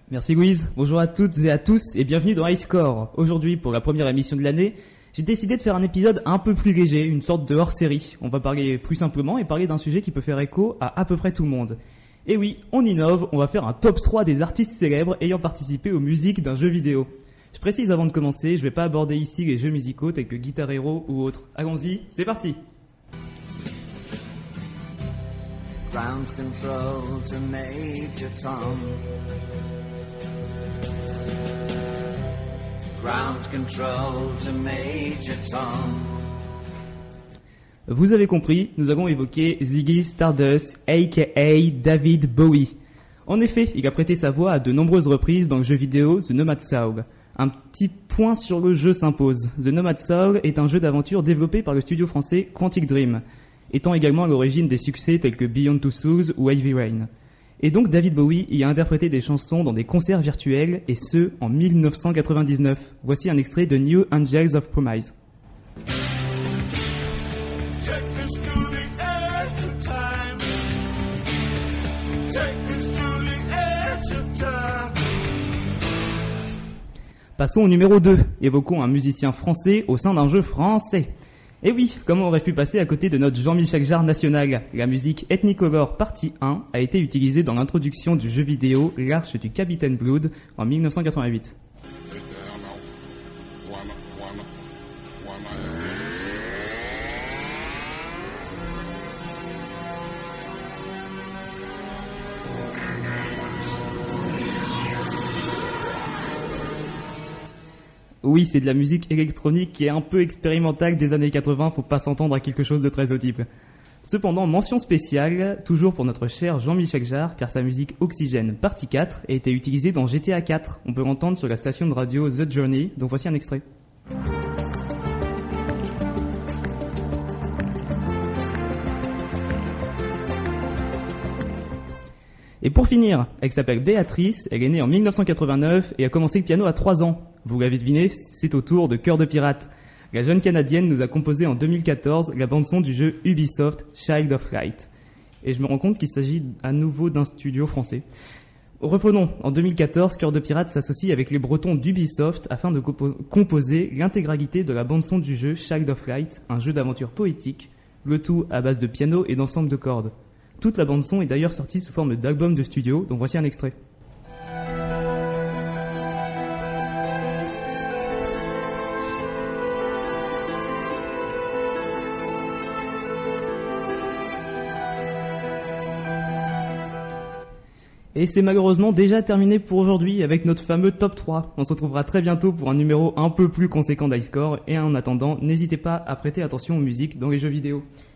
Merci Louise, bonjour à toutes et à tous et bienvenue dans High Score. Aujourd'hui, pour la première émission de l'année, j'ai décidé de faire un épisode un peu plus léger, une sorte de hors-série. On va parler plus simplement et parler d'un sujet qui peut faire écho à peu près tout le monde. Et oui, on innove, on va faire un top 3 des artistes célèbres ayant participé aux musiques d'un jeu vidéo. Je précise avant de commencer, je vais pas aborder ici les jeux musicaux tels que Guitar Hero ou autres. Allons-y, c'est parti! Ground control to Major Tom. Ground control to Major Tom. Vous avez compris, nous avons évoqué Ziggy Stardust, aka David Bowie. En effet, il a prêté sa voix à de nombreuses reprises dans le jeu vidéo The Nomad Soul. Un petit point sur le jeu s'impose. The Nomad Soul est un jeu d'aventure développé par le studio français Quantic Dream, étant également à l'origine des succès tels que Beyond Two Souls ou Heavy Rain. Et donc David Bowie y a interprété des chansons dans des concerts virtuels, et ce, en 1999. Voici un extrait de New Angels of Promise. Passons au numéro 2, évoquons un musicien français au sein d'un jeu français. Et oui, comment aurait pu passer à côté de notre Jean-Michel Jarre national? La musique Ethnicolor partie 1 a été utilisée dans l'introduction du jeu vidéo L'Arche du Capitaine Blood en 1988. Oui, c'est de la musique électronique qui est un peu expérimentale des années 80, faut pas s'entendre à quelque chose de très audible. Cependant, mention spéciale, toujours pour notre cher Jean-Michel Jarre, car sa musique Oxygène partie 4 a été utilisée dans GTA 4. On peut l'entendre sur la station de radio The Journey, dont voici un extrait. Et pour finir, elle s'appelle Béatrice, elle est née en 1989 et a commencé le piano à 3 ans. Vous l'avez deviné, c'est au tour de Cœur de Pirate. La jeune Canadienne nous a composé en 2014 la bande-son du jeu Ubisoft Child of Light. Et je me rends compte qu'il s'agit à nouveau d'un studio français. Reprenons, en 2014, Cœur de Pirate s'associe avec les Bretons d'Ubisoft afin de composer l'intégralité de la bande-son du jeu Child of Light, un jeu d'aventure poétique, le tout à base de piano et d'ensemble de cordes. Toute la bande-son est d'ailleurs sortie sous forme d'album de studio, dont voici un extrait. Et c'est malheureusement déjà terminé pour aujourd'hui avec notre fameux top 3. On se retrouvera très bientôt pour un numéro un peu plus conséquent d'High Score, et en attendant, n'hésitez pas à prêter attention aux musiques dans les jeux vidéo.